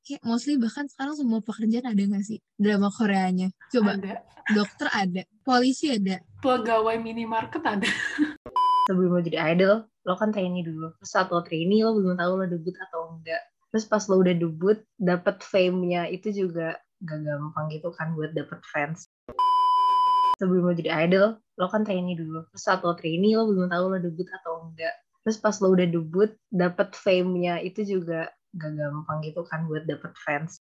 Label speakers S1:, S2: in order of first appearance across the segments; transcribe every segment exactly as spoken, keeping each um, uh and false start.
S1: kayak mostly bahkan sekarang semua pekerjaan ada nggak sih drama Koreanya? Coba.
S2: Ada.
S1: Dokter ada, polisi ada,
S2: pegawai minimarket ada.
S3: Sebelum lo jadi idol, lo kan trainee dulu. Terus saat lo trainee, lo belum tahu lo debut atau enggak. Terus pas lo udah debut, dapet fame-nya itu juga gak gampang gitu kan buat dapet fans. Sebelum lo jadi idol, lo kan trainee dulu. Terus saat lo trainee, lo belum tahu lo debut atau enggak. Terus pas lo udah debut, dapet fame-nya itu juga gak gampang gitu kan buat dapet fans.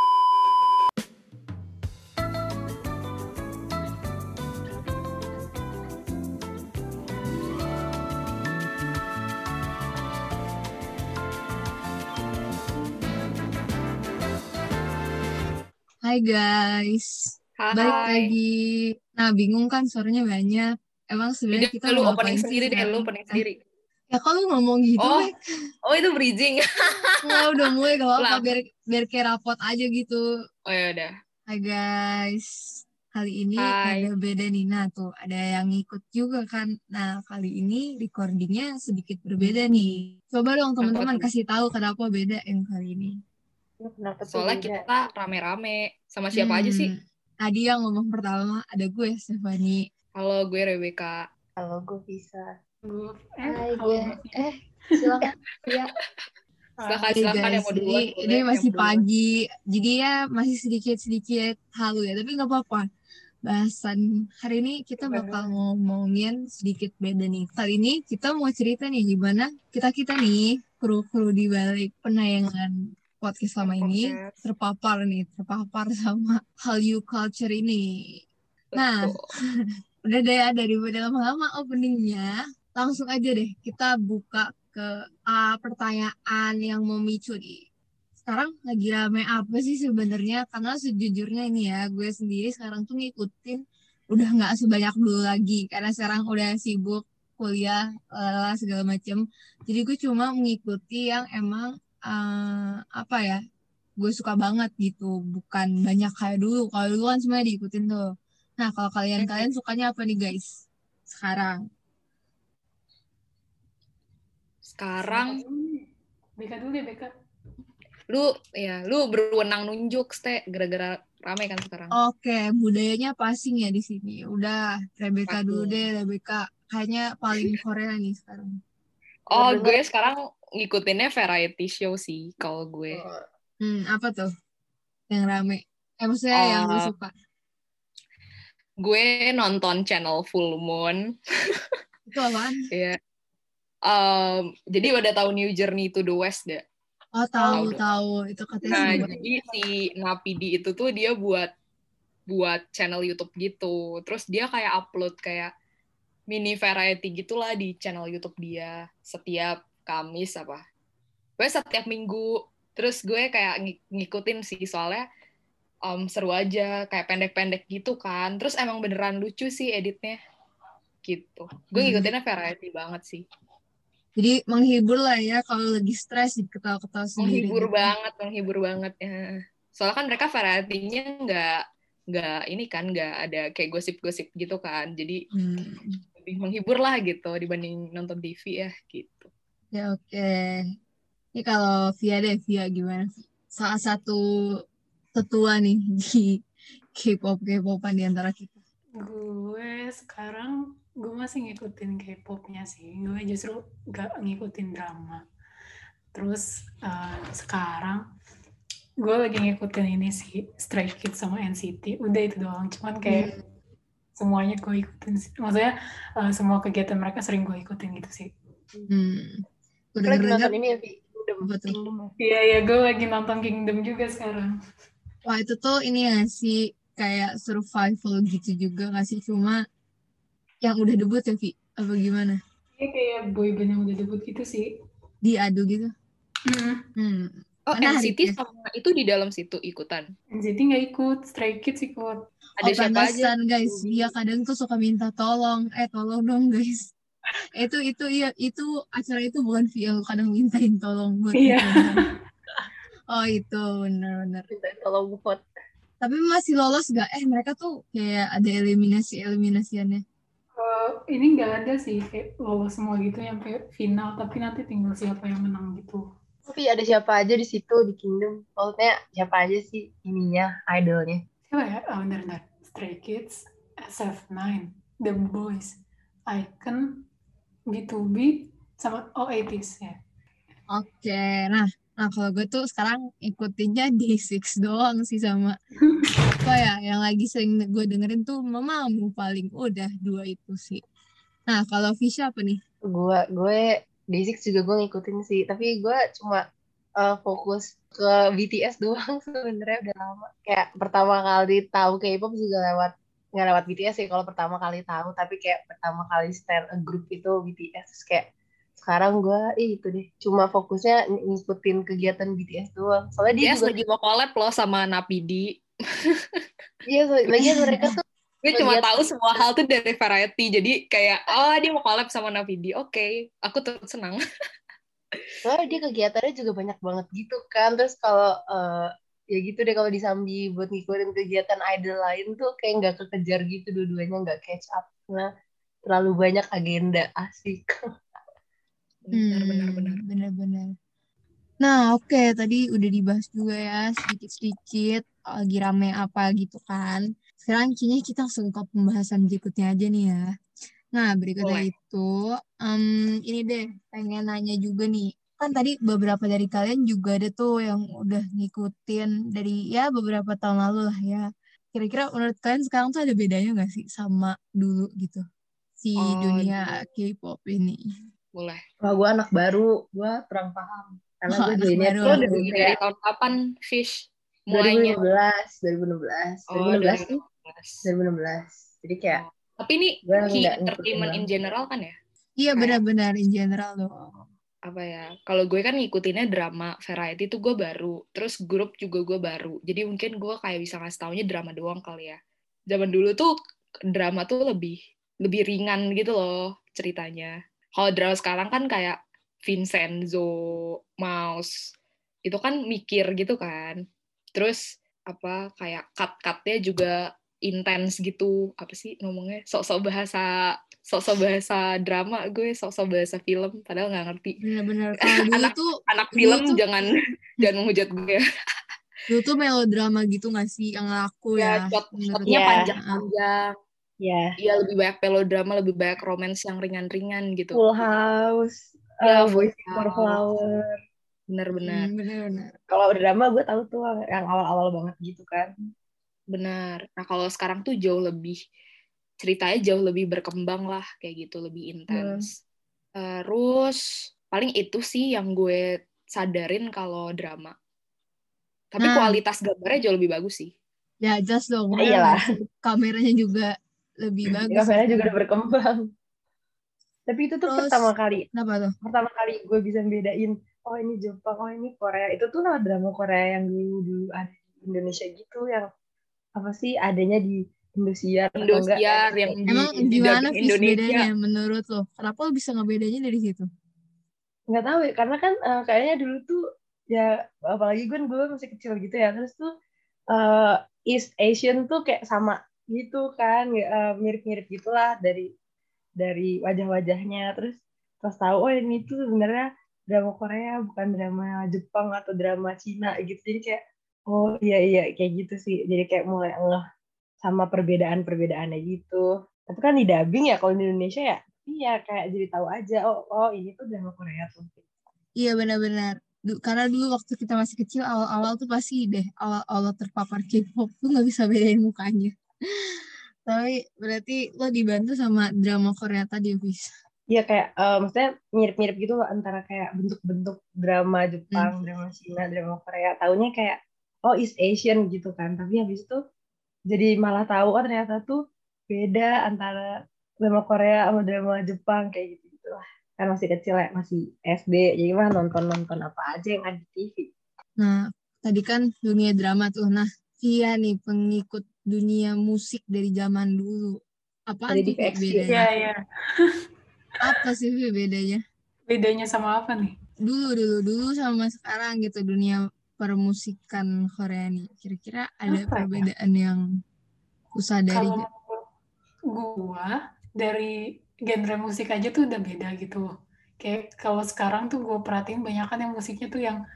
S1: Hai guys,
S4: Hai.
S1: balik lagi. Nah, bingung kan suaranya banyak. Emang sebenarnya kita
S4: lu
S1: mau
S4: opening
S1: ngapain sih
S4: sendiri deh,
S1: sekarang?
S4: lu opening sendiri.
S1: Ya kok lu ngomong gitu,
S4: Oh,
S1: Bek?
S4: oh itu bridging.
S1: Nggak, udah mulai gak apa-apa,
S4: Ulang.
S1: biar, biar kayak rapot aja gitu.
S4: Oh ya udah.
S1: Hai guys, kali ini
S4: Hai.
S1: ada beda nih. Nah tuh, ada yang ngikut juga kan. Nah, kali ini recordingnya sedikit berbeda nih. Coba dong teman-teman
S4: tuh?
S1: kasih tahu kenapa beda yang kali ini.
S3: Kenapa tuh
S4: Soalnya
S3: beda?
S4: kita rame-rame. Sama siapa aja sih?
S1: Hmm, Tadi yang ngomong pertama ada gue, Stephanie.
S4: Halo, gue Rebecca.
S3: Kalau gue bisa.
S2: Gue, eh,
S3: Hai
S2: halo,
S3: gue. Eh, silakan. Ya.
S4: Silakan,
S1: Oke
S4: silakan
S1: guys,
S4: yang mau
S1: jadi
S4: duluan.
S1: ini
S4: boleh,
S1: masih
S4: yang mau duluan.
S1: pagi, jadi ya masih sedikit-sedikit halu ya, tapi nggak apa-apa. Bahasan hari ini kita bakal ngomongin sedikit beda nih. Kali ini kita mau cerita nih gimana kita-kita nih, kru-kru di balik penayangan podcast selama ini
S4: Podcast.
S1: terpapar nih, terpapar sama Hallyu culture ini. Nah,
S4: Betul.
S1: udah deh ya, daripada lama-lama openingnya, langsung aja deh kita buka ke uh, pertanyaan yang memicu nih. Sekarang lagi rame apa sih sebenarnya? Karena sejujurnya ini ya, gue sendiri sekarang tuh ngikutin udah nggak sebanyak dulu lagi. Karena sekarang udah sibuk kuliah, lala, segala macem. Jadi gue cuma mengikuti yang emang uh, apa ya, gue suka banget gitu. Bukan banyak kayak dulu. Kalau dulu kan semuanya diikutin tuh. Nah, kalau kalian-kalian sukanya apa nih guys? Sekarang.
S4: Sekarang
S2: Beka dulu deh, Beka.
S4: lu ya lu berwenang nunjuk, Ste, gara-gara rame kan sekarang.
S1: Oke, budayanya passing ya di sini. Udah, Rebecca
S4: Passing.
S1: dulu deh, Rebecca. Kayaknya paling Korea nih sekarang.
S4: Oh,
S3: Dengar-dengar.
S4: gue sekarang ngikutinnya variety show sih kalau gue.
S1: Hmm, apa tuh yang rame? Eh, maksudnya yang lu
S4: Uh,
S1: suka?
S4: gue nonton channel Full Moon.
S1: Itu apaan?
S4: Iya. Um, jadi udah tahu New Journey to the West gak?
S1: Oh, tahu,
S4: Tahu.
S1: tahu. Itu katanya
S4: Nah,
S1: seru banget.
S4: jadi si Napidi itu tuh dia buat buat channel YouTube gitu. Terus dia kayak upload kayak mini variety gitulah di channel YouTube dia setiap Kamis apa. Gue setiap minggu. Terus gue kayak ng- ngikutin sih soalnya um, seru aja, kayak pendek-pendek gitu kan. Terus emang beneran lucu sih editnya. Gitu. Gue
S1: Hmm.
S4: ngikutinnya variety banget sih.
S1: Jadi menghibur lah ya kalau lagi stres ketawa-ketawa sendiri
S4: Menghibur
S1: gitu.
S4: banget, menghibur banget ya. Soalnya kan mereka variety-nya nggak nggak ini kan nggak ada kayak gosip-gosip gitu kan. Jadi
S1: Hmm.
S4: lebih menghibur lah gitu dibanding nonton T V ya gitu.
S1: Ya oke. Ini kalau Via deh, Via gimana? Salah satu tetua nih di K-pop K-popan di antara kita.
S2: Gue sekarang, gue masih ngikutin K-popnya sih. Gue justru gak ngikutin drama. Terus uh, sekarang, gue lagi ngikutin ini sih, Stray Kids sama N C T. Udah itu doang. Cuman kayak hmm. semuanya gue ikutin sih. Maksudnya uh, semua kegiatan mereka sering gue ikutin gitu sih.
S1: Hmm. Udah
S3: Lagi
S1: dengar
S3: nonton ini ya, Vi?
S1: Kingdom.
S2: Iya, ya gue lagi nonton Kingdom juga sekarang.
S1: Wah, itu tuh ini ya sih kayak survival gitu juga nggak sih? Cuma yang udah debut ya, Vi? Apa gimana?
S2: Iya, kayak boyband yang udah debut gitu sih.
S1: Diadu gitu?
S2: Hmm.
S1: Hmm.
S4: Oh, N C T ya? Sama itu di dalam situ ikutan?
S2: N C T nggak ikut, Stray Kids ikut.
S4: Ada
S1: oh,
S4: siapa aja?
S1: guys. Dia kadang tuh suka minta tolong. Eh, tolong dong, guys. itu itu iya itu acara itu bukan via kadang mintain tolong buat
S2: iya.
S1: Oh itu benar-benar
S3: mintain tolong buat
S1: tapi masih lolos gak eh mereka tuh kayak ada eliminasi eliminasiannya
S2: uh, ini nggak ada sih kayak lolos semua gitu sampai final tapi nanti tinggal siapa yang menang gitu.
S3: Tapi ada siapa aja di situ di Kingdom? Maksudnya siapa aja sih ininya, idolnya?
S2: Siapa ya? Oh, bentar, bentar. Stray Kids, S F nine, The Boys, Icon, B two B, sama Oasis ya.
S1: Oke, nah, nah kalau gue tuh sekarang ikutinnya day six doang sih sama apa ya yang lagi sering gue dengerin tuh Mamamu paling udah dua itu sih. Nah, kalau Fisya apa nih?
S3: Gue gue day six juga gue ngikutin sih, tapi gue cuma uh, fokus ke B T S doang sebenarnya udah lama. Kayak pertama kali tahu K-pop juga lewat nggak lewat B T S sih kalau pertama kali tahu, tapi kayak pertama kali stand a group itu B T S. Terus kayak sekarang gue ih, itu deh cuma fokusnya ng- ngikutin kegiatan B T S doang. Soalnya dia
S4: B T S
S3: juga
S4: lagi mau collab loh sama Napidi.
S3: iya so, lagian mereka tuh
S4: Gue cuma
S3: kegiatan
S4: tahu semua hal tuh dari Variety. Jadi kayak, oh dia mau collab sama Napidi. Oke, okay. Aku tuh senang.
S3: soalnya dia kegiatannya juga banyak banget gitu kan. Terus kalau eh, ya gitu deh kalau disambi buat ngikutin kegiatan idol lain tuh kayak nggak kekejar gitu dua-duanya nggak catch up. Nah, terlalu banyak agenda asik.
S4: Benar, benar, benar.
S1: Hmm, benar-benar. Nah, oke, tadi udah dibahas juga ya sedikit-sedikit lagi rame apa gitu kan. Sekarang kayaknya kita langsung ke pembahasan berikutnya aja nih ya. Nah, berikutnya
S4: Boleh.
S1: itu, em, ini deh, pengen nanya juga nih. Kan tadi beberapa dari kalian juga ada tuh yang udah ngikutin dari ya beberapa tahun lalu lah ya. Kira-kira menurut kalian sekarang tuh ada bedanya nggak sih sama dulu gitu? Si
S4: Oh,
S1: dunia K-pop ini.
S4: boleh.
S3: Wah, gue anak baru, gue kurang paham. Karena
S1: Oh,
S3: gue
S1: anak
S3: joinnya
S1: baru,
S3: tuh
S4: Lo
S1: anak
S4: dari,
S1: baru.
S4: dari
S3: kayak
S4: tahun kapan, Fish? Mulainya?
S3: dua ribu lima belas, dua ribu enam belas,
S4: Oh,
S3: dua ribu enam belas sih,
S4: dua ribu enam belas.
S3: dua ribu enam belas. Jadi kayak
S4: Oh. Tapi ini
S3: gue
S4: Key
S3: nggak ngikutin
S4: Entertainment in
S3: banget.
S4: general kan ya?
S1: Iya
S4: Kayak
S1: benar-benar in general dong.
S4: apa ya? Kalau gue kan ngikutinnya drama Variety tuh gue baru. Terus grup juga gue baru. Jadi mungkin gue kayak bisa ngasih taunya drama doang kali ya. Zaman dulu tuh drama tuh lebih lebih ringan gitu loh ceritanya. Kalau drama sekarang kan kayak Vincenzo, Mouse, itu kan mikir gitu kan. Terus apa kayak cut-cutnya juga intens gitu. Apa sih ngomongnya? Sok-sok bahasa sok-sok bahasa drama gue, sok-sok bahasa film padahal nggak ngerti.
S1: Benar-benar kalau dulu
S4: anak
S1: tuh
S4: anak
S1: dulu
S4: film
S1: tuh
S4: jangan jangan menghujat gue.
S1: dulu tuh melodrama gitu nggak sih yang laku
S4: Ya,
S1: ya
S4: shot
S1: menurut
S4: shotnya
S3: Iya,
S1: gue.
S4: panjang-panjang.
S3: ya.
S4: Iya, lebih banyak melodrama, lebih banyak romance yang ringan-ringan gitu.
S3: Full House,
S4: Ya,
S3: uh,
S4: Full
S3: Boys Before
S4: House.
S3: Flower.
S4: Benar-benar.
S1: Hmm, benar-benar.
S3: Kalau drama gue tahu tuh yang awal-awal banget gitu kan.
S4: Benar. Nah, kalau sekarang tuh jauh lebih, ceritanya jauh lebih berkembang lah, kayak gitu, lebih
S1: Hmm.
S4: intens. Terus, paling itu sih yang gue sadarin kalau drama. Tapi
S1: Nah,
S4: kualitas gambarnya jauh lebih bagus sih.
S1: ya jelas dong,
S3: Nah,
S1: bener
S3: iyalah,
S1: nggak sih? Kameranya juga lebih bagus
S3: kameranya juga
S1: kan.
S3: udah berkembang. Tapi itu tuh
S1: Terus,
S3: pertama kali,
S1: kenapa tuh?
S3: pertama kali gue bisa bedain, oh ini Jepang, oh ini Korea. Itu tuh lewat drama Korea yang dulu dulu ada di Indonesia gitu, yang apa sih adanya di Indosiar atau enggak
S4: Indosiar yang
S3: M C.
S4: di,
S1: Emang
S4: di
S1: gimana
S4: dubbing
S1: Fis
S4: Indonesia.
S1: bedanya menurut lo? Kenapa lo bisa ngebedainnya dari situ?
S3: Nggak tahu ya, karena kan uh, kayaknya dulu tuh ya apalagi gue gue masih kecil gitu ya, terus tuh uh, East Asian tuh kayak sama gitu kan, uh, mirip-mirip gitulah dari dari wajah-wajahnya. Terus pas tahu oh ini tuh sebenarnya drama Korea bukan drama Jepang atau drama Cina gitu, jadi kayak oh iya iya kayak gitu sih, jadi kayak mulai ngeh sama perbedaan-perbedaannya gitu. Tapi kan di dubbing ya kalau di Indonesia ya iya kayak jadi tahu aja oh oh ini tuh drama Korea tuh.
S1: Iya benar-benar. Du- Karena dulu waktu kita masih kecil, awal-awal tuh pasti deh, awal-awal terpapar K-pop tuh nggak bisa bedain mukanya. Tapi berarti lo dibantu sama drama Korea tadi, Fis.
S3: Iya kayak uh, maksudnya mirip-mirip gitu loh antara kayak bentuk-bentuk drama
S1: Hmm.
S3: Jepang, drama Cina, drama Korea. Taunya kayak oh East Asian gitu kan. Tapi habis itu jadi malah tahu oh ternyata tuh beda antara drama Korea sama drama Jepang kayak gitu gitu lah. Kan masih kecil ya, masih S D. Jadi mah nonton-nonton apa aja yang ada di T V.
S1: Nah, tadi kan dunia drama tuh. Nah, Via nih pengikut dunia musik dari zaman dulu. Apaan
S3: Ada di
S1: tuh Vi
S3: V X Q.
S1: bedanya?
S2: Iya, iya.
S1: Apa sih Vi bedanya?
S2: Bedanya sama apa nih?
S1: Dulu, dulu, dulu sama sekarang gitu dunia permusikan Korea nih. Kira-kira ada
S2: Apa ya?
S1: perbedaan yang kusadari
S2: Kalau
S1: gak?
S2: menurut gua, dari genre musik aja tuh udah beda gitu. Kayak kalau sekarang tuh gue perhatiin banyak kan yang musiknya tuh yang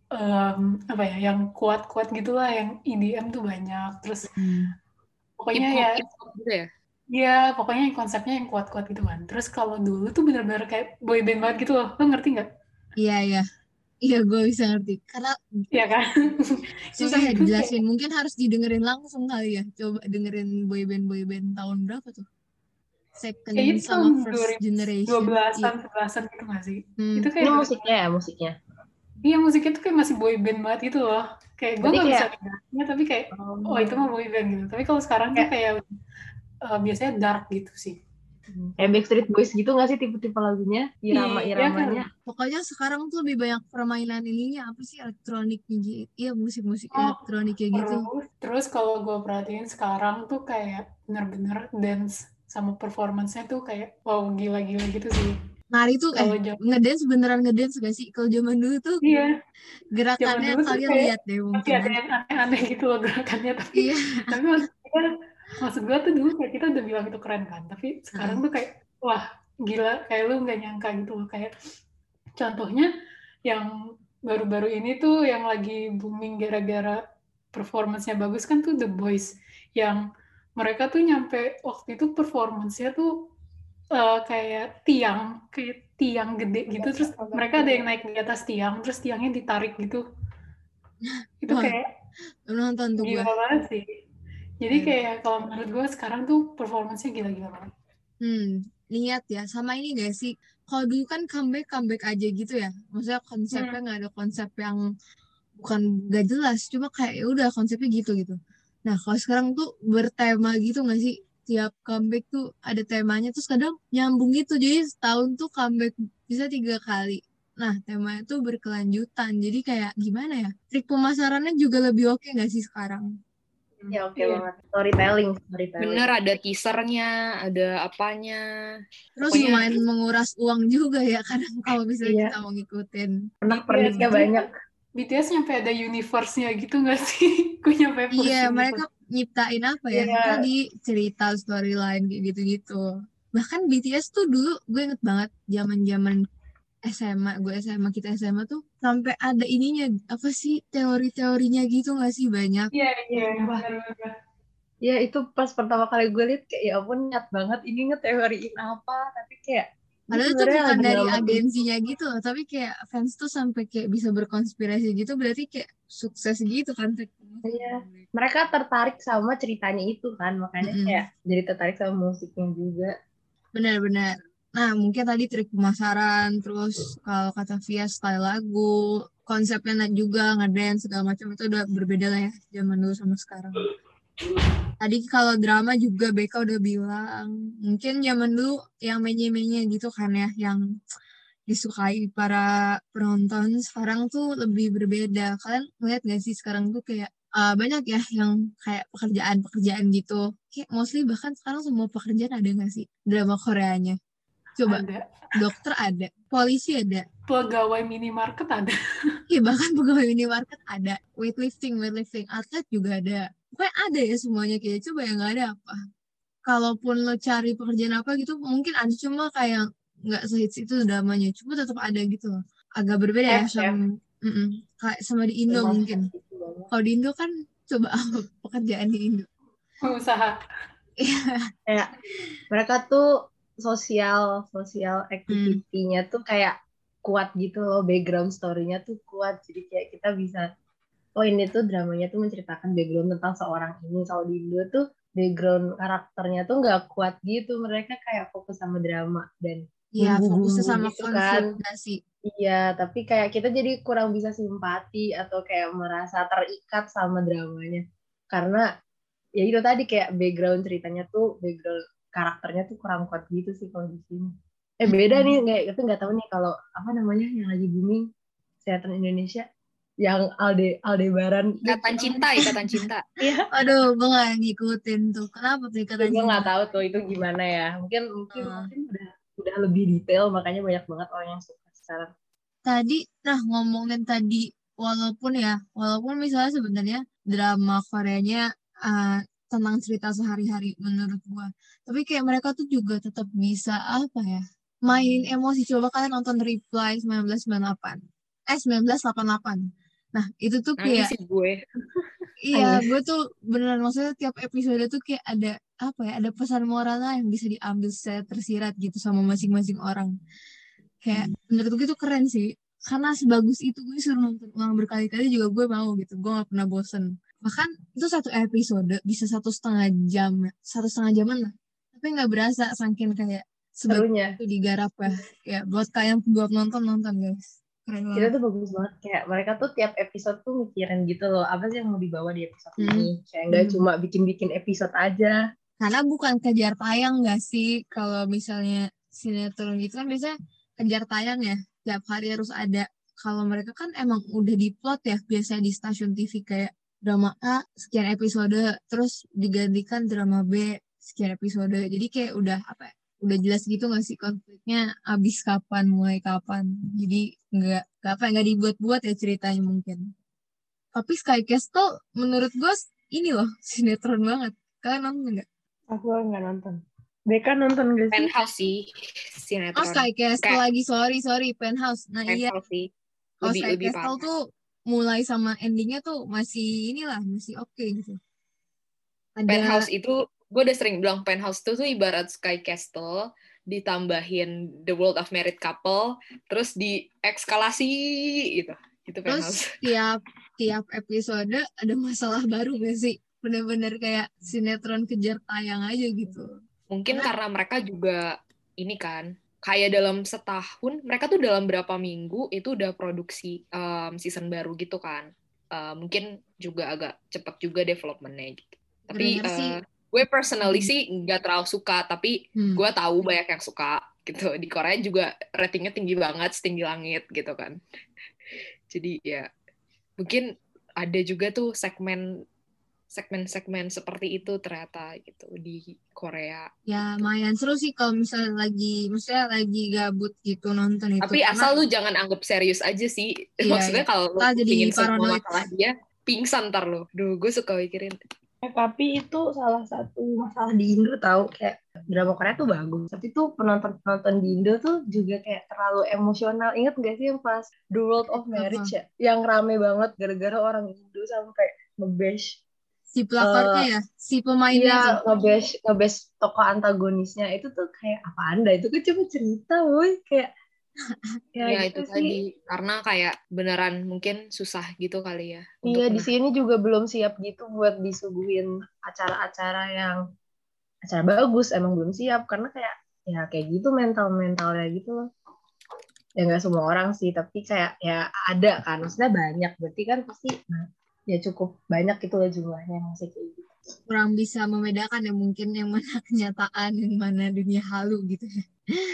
S2: um, apa ya, yang kuat-kuat gitulah, yang E D M tuh banyak. Terus
S1: Hmm.
S2: pokoknya
S4: Hip
S2: ya,
S4: hop, hip hop gitu ya.
S2: ya pokoknya yang konsepnya yang kuat-kuat gitu kan. Terus kalau dulu tuh bener-bener kayak boy band banget gitu loh. Lo ngerti nggak?
S1: Iya, iya. Iya, gue bisa ngerti. Karena
S2: Iya kan?
S1: susah
S2: Jadi
S1: ya
S2: itu kayak,
S1: dijelasin. Mungkin harus didengerin langsung kali ya. Coba dengerin boyband boyband tahun berapa tuh? Second
S2: kayaknya itu
S1: sama
S2: tahun
S1: first generation. Iya.
S2: dua ribu dua belasan, sebelasan gitu nggak sih?
S1: Hmm.
S2: Itu
S3: Ini
S2: kayak
S3: musiknya ya, musiknya.
S2: iya, musiknya tuh kayak masih boy band banget gitu loh. Kayak gue
S3: Berarti
S2: nggak bisa
S3: kayak
S2: bedanya, tapi kayak, oh itu
S3: um,
S2: mah boy band gitu. Tapi kalau sekarang tuh
S3: kayak
S2: kayak uh, biasanya dark gitu sih.
S3: kayak Backstreet Boys gitu nggak sih tipe-tipe lagunya,
S2: Iya kan?
S3: irama-iramanya?
S1: Pokoknya sekarang tuh lebih banyak permainan ininya. Apa sih elektroniknya gitu. Iya, musik-musik
S2: Oh,
S1: elektronik kayak gitu.
S2: terus, terus kalau gue perhatiin sekarang tuh kayak bener-bener dance sama performance-nya tuh kayak wow, gila-gila gitu sih.
S1: Nari tuh eh
S2: Kalau jam
S1: ngedance beneran ngedance gak sih? Kalau zaman dulu tuh
S2: iya, zaman
S1: gerakannya
S2: dulu tuh
S1: kalian
S2: kayak
S1: lihat deh
S2: masih
S1: mungkin
S2: ada
S1: ya.
S2: yang aneh-aneh gitu loh gerakannya, tapi
S1: Iya.
S2: tapi maksud gue, maksud gue tuh dulu kayak kita udah bilang itu keren kan, tapi sekarang
S1: Heeh.
S2: tuh kayak wah gila, kayak lu nggak nyangka gitu loh. Kayak contohnya yang baru-baru ini tuh yang lagi booming gara-gara performance-nya bagus kan tuh The Boys, yang mereka tuh nyampe waktu itu performance-nya tuh uh, kayak tiang kayak tiang gede gitu, terus mereka ada yang naik di atas tiang, terus tiangnya ditarik gitu. Itu
S1: Wah,
S2: kayak
S1: nonton tuh gue.
S2: gila banget sih. Jadi kayak kalau menurut gue sekarang tuh performance-nya gila-gila banget.
S1: Hmm, lihat ya, sama ini gak sih? Kalau dulu kan comeback comeback aja gitu ya. Maksudnya konsepnya
S2: Hmm.
S1: nggak ada konsep yang bukan gak jelas, cuma kayak ya udah konsepnya gitu gitu. Nah, kalau sekarang tuh bertema gitu nggak sih? Tiap comeback tuh ada temanya, terus kadang nyambung gitu. Jadi setahun tuh comeback bisa tiga kali. Nah, temanya tuh berkelanjutan. Jadi kayak gimana ya? Trik pemasarannya juga lebih oke nggak sih sekarang?
S3: Ya oke
S2: Iya.
S3: banget. Storytelling, storytelling.
S4: Bener, ada teasernya, ada apanya.
S1: Terus
S4: Pokoknya
S1: lumayan menguras uang juga ya kadang kalau misalnya
S3: Iya,
S1: kita mau ngikutin.
S3: pernak-perniknya
S2: B T S
S3: banyak.
S2: B T S nyampe ada universe-nya gitu nggak sih? Gue nyampe
S1: Iya,
S2: first
S1: mereka
S2: universe.
S1: nyiptain apa ya?
S2: Iya.
S1: Tadi cerita storyline kayak gitu-gitu. Bahkan B T S tuh dulu gue inget banget zaman-zaman S M A, gue S M A, kita S M A tuh sampai ada ininya apa sih teori-teorinya gitu nggak sih banyak?
S2: Iya, iya,
S3: Wah,
S2: benar-benar.
S3: ya itu pas pertama kali gue liat kayak ya ampun niat banget ini ngeteoriin apa, tapi kayak ini
S1: Padahal itu
S3: sebenarnya
S1: bukan
S3: lagi
S1: dari
S3: nyelamatin.
S1: agensinya gitu loh, tapi kayak fans tuh sampai kayak bisa berkonspirasi gitu, berarti kayak sukses gitu kan trik
S3: Iya,
S1: pemasaran mereka.
S3: mereka tertarik sama ceritanya itu kan, makanya kayak
S1: Mm-mm.
S3: jadi tertarik sama musiknya juga.
S1: Benar-benar. Nah, mungkin tadi trik pemasaran, terus kalau kata Via style lagu, konsepnya juga ngedance segala macam itu udah berbeda lah ya zaman dulu sama sekarang. Tadi kalau drama juga Beka udah bilang, mungkin zaman dulu yang menye-menye gitu kan ya, yang disukai para penonton, sekarang tuh lebih berbeda. Kalian ngeliat gak sih sekarang tuh kayak uh, banyak ya yang kayak pekerjaan-pekerjaan gitu. Kayak mostly bahkan sekarang semua pekerjaan ada gak sih drama Koreanya? Coba,
S2: Ada.
S1: dokter ada, polisi ada,
S2: Pegawai minimarket ada.
S1: ya bahkan pegawai minimarket ada, weightlifting, weightlifting, atlet juga ada. Pokoknya ada ya semuanya kayak coba yang nggak ada apa. Kalaupun lo cari pekerjaan apa gitu, mungkin ada cuma kayak nggak sehits itu dramanya, cuma tetap ada gitu loh. Agak berbeda ya
S3: Chef, chef,
S1: sama mm-mm, kayak sama di Indo
S3: emang chef
S1: mungkin.
S3: itu banget.
S1: Kalau di Indo kan coba apa pekerjaan di Indo?
S2: Usaha.
S3: Kayak mereka tuh sosial sosial
S1: Hmm.
S3: activity-nya tuh kayak kuat gitu loh, background story-nya tuh kuat, jadi kayak kita bisa oh ini tuh dramanya tuh menceritakan background tentang seorang ini. Kalau di Indo tuh background karakternya tuh nggak kuat gitu, mereka kayak fokus sama drama dan
S1: Iya, fokusnya
S3: bumbu-bumbu
S1: sama
S3: gitu
S1: konflik
S3: kan.
S1: gak sih?
S3: Iya, tapi kayak kita jadi kurang bisa simpati atau kayak merasa terikat sama dramanya karena ya itu tadi kayak background ceritanya tuh background karakternya tuh kurang kuat gitu sih kalau di sini. Eh beda nih,
S1: Mm-mm.
S3: nggak itu nggak tahu nih kalau apa namanya yang lagi booming sinetron Indonesia yang Alde Aldebaran.
S4: Ikatan Cinta, Ikatan Cinta.
S3: Iya,
S1: Aduh, gue gak ngikutin tuh. Kenapa tuh ikatan
S3: gue nggak
S1: cinta?
S3: tahu tuh itu gimana ya. Mungkin mungkin
S1: Hmm.
S3: mungkin udah udah lebih detail makanya banyak banget orang yang suka sekarang.
S1: Tadi, nah ngomongin tadi, walaupun ya, walaupun misalnya sebenarnya drama Koreanya uh, tentang cerita sehari-hari menurut gua, tapi kayak mereka tuh juga tetap bisa apa ya? mainin emosi. Coba kalian nonton Reply sembilan belas sembilan puluh delapan. Eh, sembilan belas delapan puluh delapan. Nah, itu tuh
S4: Nangis
S1: kayak,
S4: sih gue.
S1: iya,
S3: Nangis.
S1: gue tuh beneran maksudnya tiap episode tuh kayak ada, apa ya, ada pesan moralnya yang bisa diambil secara tersirat gitu sama masing-masing orang. Kayak, menurut gue itu keren sih. Karena sebagus itu gue suruh nonton ulang berkali-kali juga gue mau gitu. Gue gak pernah bosen. Bahkan itu satu episode bisa satu setengah jam. Satu setengah jaman lah. Tapi gak berasa saking kayak sebagus
S3: Serunya.
S1: itu digarap ya. Ya buat kalian buat nonton-nonton guys. Keren
S3: Itu
S1: banget.
S3: tuh bagus banget. Kayak mereka tuh tiap episode tuh mikirin gitu loh. Apa sih yang mau dibawa di episode
S1: Hmm.
S3: ini. Kayak nggak
S1: Hmm.
S3: cuma bikin-bikin episode aja.
S1: Karena bukan kejar tayang gak sih? Kalau misalnya sinetron gitu kan biasanya kejar tayang ya. Tiap hari harus ada. Kalau mereka kan emang udah diplot ya. Biasanya di stasiun T V kayak drama A sekian episode. Terus digantikan drama B sekian episode. Jadi kayak udah apa ya, udah jelas gitu gak sih konfliknya abis kapan, mulai kapan. Jadi nggak nggak apa ya, nggak dibuat-buat ya ceritanya mungkin. Tapi Sky Castle menurut gue ini loh sinetron banget. Kalian nonton nggak?
S3: Aku nggak nonton. Beka nonton gak sih?
S4: Penthouse sih
S1: Oh,
S4: sinetron.
S1: Sky Castle
S4: Kayak
S1: lagi, sorry, sorry, Penthouse. Nah iya,
S4: Penthouse sih.
S1: kalau
S4: Lebih
S1: Sky
S4: lebih
S1: Castle
S4: parah.
S1: tuh mulai sama endingnya tuh masih inilah, masih oke gitu. Ada,
S4: Penthouse itu gue udah sering bilang Penthouse itu tuh ibarat Sky Castle ditambahin The World of Married Couple terus diekskalasi gitu. Itu
S1: terus
S4: Penthouse.
S1: tiap tiap episode ada masalah baru gak sih? Bener-bener kayak sinetron kejar tayang aja gitu.
S4: Mungkin
S1: Karena-
S4: karena mereka juga ini kan kayak dalam setahun mereka tuh dalam berapa minggu itu udah produksi um, season baru gitu kan. Uh, mungkin juga agak cepat juga development-nya gitu. Tapi
S1: Dengar sih,
S4: uh, gue personally sih nggak terlalu suka, tapi
S1: hmm,
S4: gue tahu banyak yang suka gitu. Di Korea juga ratingnya tinggi banget, setinggi langit gitu kan. Jadi ya mungkin ada juga tuh segmen segmen-segmen seperti itu ternyata gitu di Korea.
S1: ya lumayan seru sih kalau misalnya lagi, maksudnya lagi gabut gitu nonton itu.
S4: Tapi
S1: Karena
S4: asal lu jangan anggap serius aja sih.
S1: Iya,
S4: Maksudnya
S1: iya.
S4: kalau lu
S1: Ntar jadi
S4: pingin semua
S1: paranoid.
S4: masalah dia, pingsan ntar lu. Duh, gue suka mikirin.
S3: Eh, tapi itu salah satu masalah di Indo tahu kayak drama Korea tuh bagus. Tapi tuh penonton-penonton di Indo tuh juga kayak terlalu emosional. Ingat gak sih yang pas The World of Marriage ya? Yang rame banget gara-gara orang Indo sampai nge-bash.
S1: Si pelakornya
S3: Eh,
S1: ya, si pemainnya
S3: Iya,
S1: tuh.
S3: nge-bash, nge-bash tokoh antagonisnya. Itu tuh kayak apaan dah? Itu kan cuma cerita, woy. Kayak ya,
S4: Ya
S3: gitu
S4: itu
S3: sih.
S4: tadi karena kayak beneran mungkin susah gitu kali ya.
S3: Iya,
S4: untuk
S3: di
S4: nah-
S3: sini juga belum siap gitu buat disuguhin acara-acara yang acara bagus. Emang belum siap karena kayak ya kayak gitu mental-mentalnya gitu loh. Ya nggak semua orang sih, tapi kayak ya ada kan. Maksudnya banyak, berarti kan pasti nah, ya cukup banyak gitu lah jumlahnya yang masih kayak gitu.
S1: Kurang bisa membedakan ya mungkin yang mana kenyataan, yang mana dunia halu gitu ya.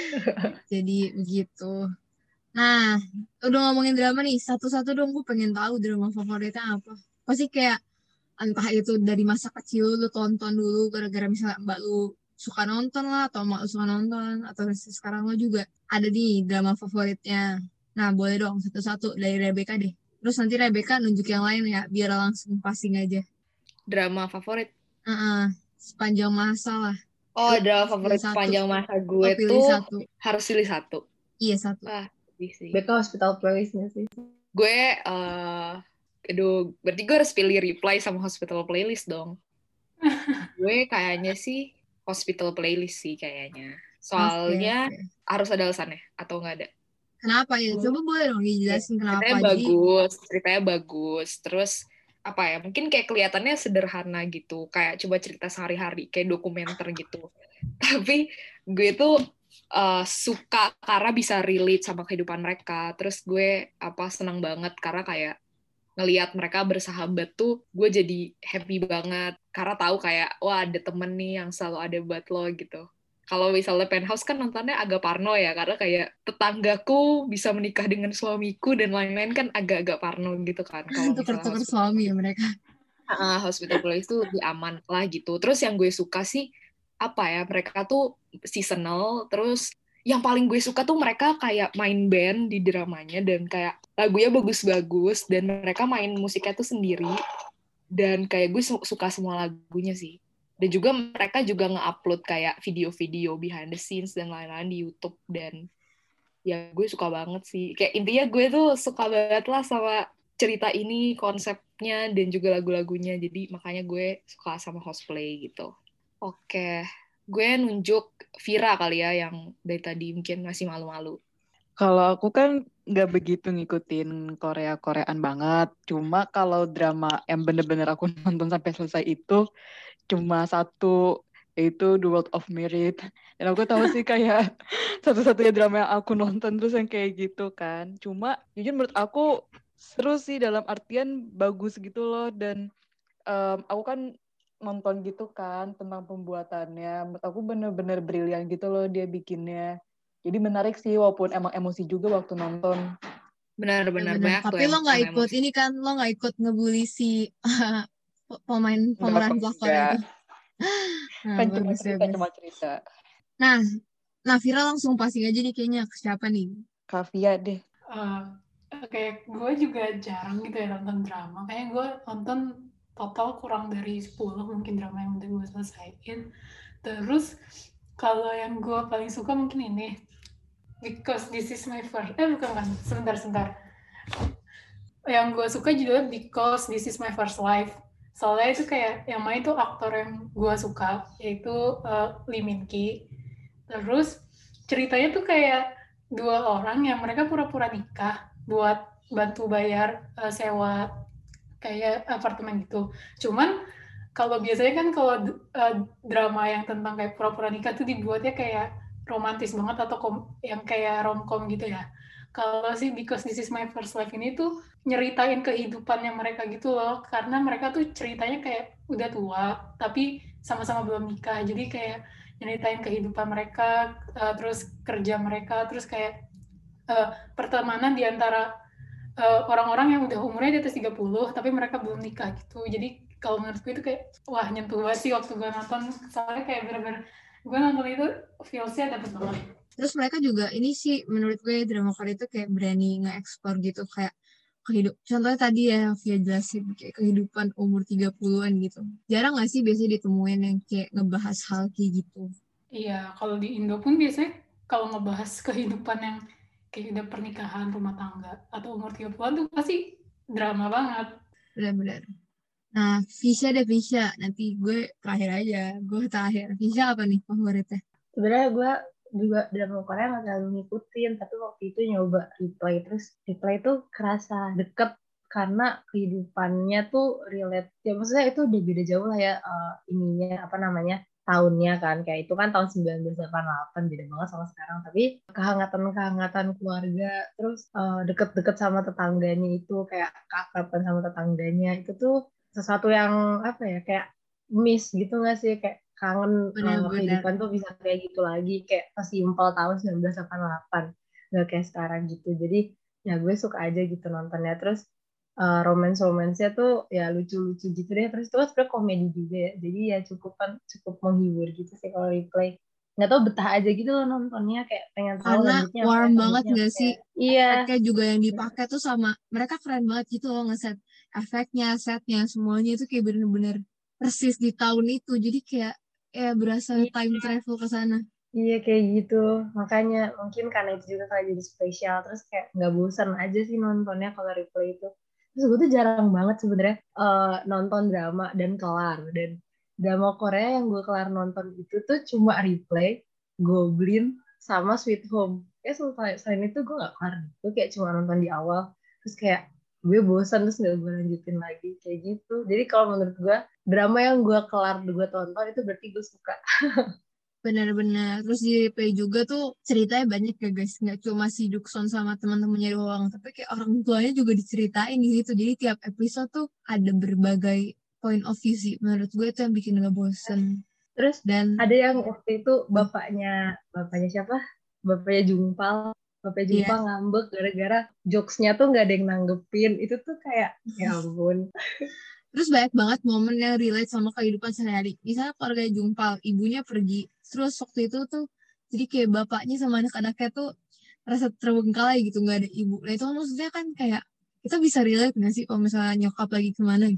S1: Jadi begitu. Nah, udah ngomongin drama nih, satu-satu dong gue pengen tahu drama favoritnya apa. Pasti kayak entah itu dari masa kecil lu tonton dulu gara-gara misalnya mbak lu suka nonton lah atau mak lu suka nonton atau sekarang lu juga ada nih drama favoritnya. Nah, boleh dong satu-satu dari Rebecca deh. Terus nanti Rebecca nunjuk yang lain ya biar langsung passing aja.
S4: drama favorit.
S1: Uh-uh, sepanjang masa lah.
S4: Oh,
S1: Lu
S4: drama
S1: pilih
S4: favorit
S1: satu.
S4: sepanjang masa
S1: Lo
S4: gue
S1: pilih
S4: tuh
S1: satu.
S4: harus pilih satu.
S1: Iya satu.
S4: Wah, sedih sih.
S3: Beka Hospital Playlist-nya sih.
S4: Gue, uh, aduh, berarti gue harus pilih Reply sama Hospital Playlist dong. Gue kayaknya sih Hospital Playlist sih kayaknya. Soalnya
S1: Oke, oke.
S4: harus ada alasannya atau nggak ada.
S1: Kenapa ya? Coba boleh dong dijelasin kenapa.
S4: Ceritanya
S1: Jadi
S4: bagus, ceritanya bagus. Terus apa ya? Mungkin kayak kelihatannya sederhana gitu, kayak coba cerita sehari-hari, kayak dokumenter gitu. Tapi gue tuh uh, suka karena bisa relate sama kehidupan mereka. Terus gue apa senang banget karena kayak ngelihat mereka bersahabat tuh gue jadi happy banget karena tahu kayak wah ada temen nih yang selalu ada buat lo gitu. Kalau misalnya Penthouse kan nontonnya agak parno ya karena kayak tetanggaku bisa menikah dengan suamiku dan lain-lain kan agak-agak parno gitu kan. Kalau misalnya
S1: tuker-tuker
S4: Hospital,
S1: suami ya mereka.
S4: uh, Hospital Playlist tuh lebih aman lah gitu. Terus yang gue suka sih apa ya mereka tuh seasonal. Terus yang paling gue suka tuh mereka kayak main band di dramanya dan kayak lagunya bagus-bagus dan mereka main musiknya tuh sendiri dan kayak gue su- suka semua lagunya sih Dan juga mereka juga nge-upload kayak video-video behind the scenes dan lain-lain di YouTube. Dan ya gue suka banget sih. Kayak intinya gue tuh suka banget lah sama cerita ini, konsepnya, dan juga lagu-lagunya. Jadi makanya gue suka sama Cosplay gitu. Oke, gue nunjuk Vira kali ya yang dari tadi mungkin masih malu-malu.
S5: Kalau aku kan nggak begitu ngikutin Korea-Koreaan banget. Cuma kalau drama yang bener-bener aku nonton sampai selesai itu cuma satu, yaitu The World of Merit. Dan aku tahu sih kayak satu-satunya drama yang aku nonton terus yang kayak gitu kan. Cuma jujur menurut aku seru sih dalam artian bagus gitu loh. Dan um, aku kan nonton gitu kan tentang pembuatannya. Menurut aku bener-bener brilian gitu loh dia bikinnya. Jadi menarik sih walaupun emang emosi juga waktu nonton.
S4: Benar-benar banyak tuh
S1: Tapi lo
S4: yang
S1: nggak
S4: karena
S1: ikut
S4: emosi.
S1: ini kan, lo nggak ikut ngebully si pemain
S5: Enggak
S1: pemeran
S5: apa
S1: pelakor
S5: enggak.
S1: itu. Nah,
S5: Kan cuma
S1: bagus
S5: cerita,
S1: bagus.
S5: cuma cerita.
S1: Nah, nah Vira langsung passing aja nih kayaknya ke siapa nih?
S5: Kavia deh.
S2: Uh, kayak gue juga jarang gitu ya nonton drama. Kayak gue nonton total kurang dari sepuluh mungkin drama yang udah gue selesaiin. Terus kalau yang gue paling suka mungkin ini, Because This Is My First. Eh bukan kan, sebentar sebentar. Yang gue suka judulnya Because This Is My First Life. Soalnya itu kayak yang main tuh aktor yang gue suka, yaitu uh, Lee Min Ki. Terus ceritanya tuh kayak dua orang yang mereka pura-pura nikah buat bantu bayar uh, sewa kayak apartemen gitu. Cuman kalau biasanya kan kalau uh, drama yang tentang kayak pura-pura nikah tuh dibuatnya kayak romantis banget atau kom- yang kayak romcom gitu ya. Kalau sih Because This Is My First Life ini tuh nyeritain kehidupannya mereka gitu loh, karena mereka tuh ceritanya kayak udah tua tapi sama-sama belum nikah, jadi kayak nyeritain kehidupan mereka, uh, terus kerja mereka, terus kayak uh, pertemanan di antara uh, orang-orang yang udah umurnya di atas tiga puluh tapi mereka belum nikah gitu. Jadi kalau menurut gue itu kayak wah nyentuh banget sih waktu gue nonton, soalnya kayak bener-bener gue nonton itu feels-nya dapet banget.
S1: Terus mereka juga ini sih menurut gue drama Korea itu kayak berani nge-explore gitu kayak kehidup. Contohnya tadi ya yang Via jelasin kayak kehidupan umur tiga puluhan gitu. Jarang gak sih biasanya ditemuin yang kayak ngebahas hal kayak gitu?
S2: Iya, kalau di Indo pun biasanya kalau ngebahas kehidupan yang kayak udah pernikahan, rumah tangga, atau umur tiga puluhan tuh pasti drama banget.
S1: Benar-benar. Nah, Visha deh Visha. Nanti gue terakhir aja. Gue terakhir. Visha apa nih favoritnya?
S3: Sebenarnya gue juga drama Korea nggak terlalu ngikutin, tapi waktu itu nyoba replay, terus replay tuh kerasa deket karena kehidupannya tuh relate. Ya maksudnya itu udah beda jauh lah ya uh, ininya apa namanya tahunnya kan, kayak itu kan tahun seribu sembilan ratus delapan puluh delapan, beda banget sama sekarang. Tapi kehangatan-kehangatan keluarga, terus uh, deket-deket sama tetangganya itu kayak keakraban sama tetangganya itu tuh sesuatu yang apa ya kayak miss gitu nggak sih, kayak kangen uh,
S1: Benar-benar.
S3: kehidupan tuh bisa kayak gitu lagi, kayak sesimpel tahun seribu sembilan ratus delapan puluh delapan, nggak kayak sekarang gitu. Jadi ya gue suka aja gitu nontonnya. Terus uh, romance-romansnya tuh ya lucu-lucu gitu deh. Terus itu kan sebenarnya komedi juga ya, jadi ya cukup kan cukup menghibur gitu sih kalau replay. Nggak tahu betah aja gitu loh nontonnya, kayak pengen tahu
S1: Karena
S3: lanjutnya apa ya,
S1: warm banget
S3: lanjutnya
S1: gak
S3: apa
S1: sih?
S3: ya. Iya.
S1: Efeknya juga yang dipakai tuh sama. Mereka keren banget gitu loh ngeset efeknya, setnya, semuanya itu kayak bener-bener persis di tahun itu. Jadi kayak ya berasa time
S3: Iya.
S1: travel ke sana.
S3: Iya kayak gitu, makanya mungkin karena itu juga kayak jadi spesial, terus kayak nggak bosan aja sih nontonnya kalau replay itu. Terus gue tuh jarang banget sebenarnya uh, nonton drama dan kelar, dan drama Korea yang gue kelar nonton itu tuh cuma replay, Goblin, sama Sweet Home. Kayak selain, selain itu gue nggak kelar, gue kayak cuma nonton di awal, terus kayak gue bosan terus nggak gue lanjutin lagi kayak gitu. Jadi kalau menurut gue drama yang gue kelar gue tonton itu berarti gue suka.
S1: Benar-benar. Terus di replay juga tuh ceritanya banyak ya guys. Nggak cuma si Dukson sama teman-temannya doang. Tapi kayak orang tuanya juga diceritain di situ. Jadi tiap episode tuh ada berbagai point of view sih. Menurut gue itu yang bikin gak bosen.
S3: Terus
S1: Dan
S3: ada yang waktu itu bapaknya bapaknya siapa? Bapaknya Jumpal. Bapaknya
S1: iya,
S3: Jumpal ngambek gara-gara jokesnya tuh nggak ada yang nanggepin. Itu tuh kayak ya ampun.
S1: terus banyak banget momen yang relate sama kehidupan sehari-hari. Misalnya keluarga Jumpal, ibunya pergi. Terus waktu itu tuh, jadi kayak bapaknya sama anak-anaknya tuh rasa terbengkalai gitu, nggak ada ibu. Nah itu kan maksudnya kan kayak, kita bisa relate nggak sih kalau misalnya nyokap lagi kemana gitu.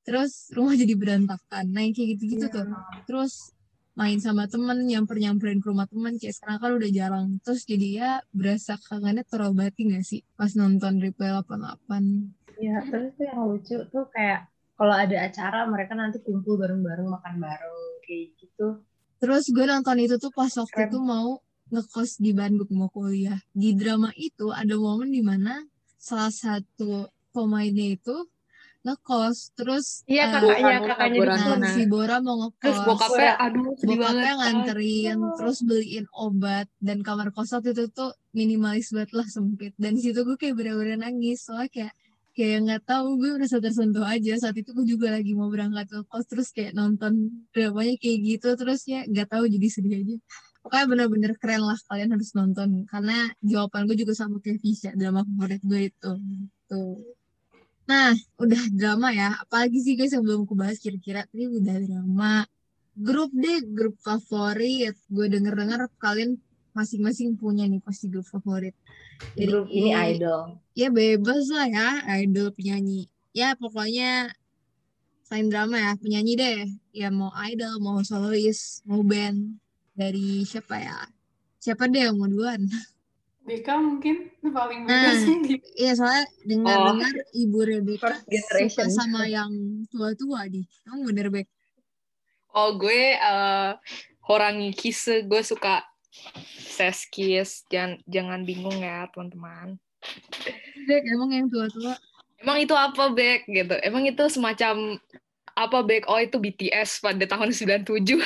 S1: terus rumah jadi berantakan. Nah yang kayak gitu-gitu
S3: Iya.
S1: tuh. Terus main sama temen, nyamper-nyamperin ke rumah temen, kayak sekarang kan udah jarang. Terus jadi ya berasa kangennya terobati gak sih pas nonton Replay delapan puluh delapan?
S3: Iya, terus tuh yang lucu tuh kayak kalau ada acara mereka nanti kumpul bareng-bareng makan bareng kayak gitu.
S1: Terus gue nonton itu tuh pas waktu
S3: Keren.
S1: itu mau ngekos di Bandung, mau kuliah. Di drama itu ada momen dimana salah satu pemainnya itu ngekos. Terus
S3: Iya,
S1: eh,
S3: kakaknya,
S4: Hanuna,
S3: kakaknya
S1: nah
S3: dukun.
S1: si
S4: Buranuna.
S1: Bora mau
S4: Terus
S1: ngekos.
S4: bokapnya,
S3: Bora.
S4: aduh sedih banget.
S1: Bokapnya
S3: Ah,
S1: nganterin, terus beliin obat, dan kamar kos waktu itu tuh minimalis banget lah, sempit. Dan di situ gue kayak bener-bener nangis, soalnya kayak kayak nggak tahu, gue merasa tersentuh aja. Saat itu gue juga lagi mau berangkat ke kos, terus kayak nonton dramanya kayak gitu, terus ya nggak tahu, jadi sedih aja. Pokoknya bener-bener keren lah, kalian harus nonton. Karena jawaban gue juga sama kayak Visha, drama favorit gue itu. Tuh. Nah, udah drama ya. Apalagi sih guys yang belum aku bahas kira-kira. Tadi udah drama. Grup deh, grup favorit. Gue denger-dengar kalian masing-masing punya nih pasti grup favorit. Jadi,
S3: grup ini idol.
S1: ya bebas lah ya, idol, penyanyi. Ya pokoknya selain drama ya, penyanyi deh. Ya mau idol, mau solois, mau band. Dari siapa ya? Siapa deh yang mau duluan?
S2: Beka mungkin paling
S1: Nah,
S2: bebas di
S1: iya soalnya
S4: Oh,
S1: dengar-dengar Ibu Rebecca
S3: First
S1: suka
S3: generation.
S1: sama yang tua-tua nih. Kamu bener, Bek?
S4: oh gue eh Horangi Kise, gue suka Seskis. Jangan jangan bingung ya teman-teman.
S1: Bek, emang yang tua-tua?
S4: Emang itu apa, Bek? Gitu. Emang itu semacam apa, Bek? Oh, itu B T S pada tahun sembilan puluh tujuh.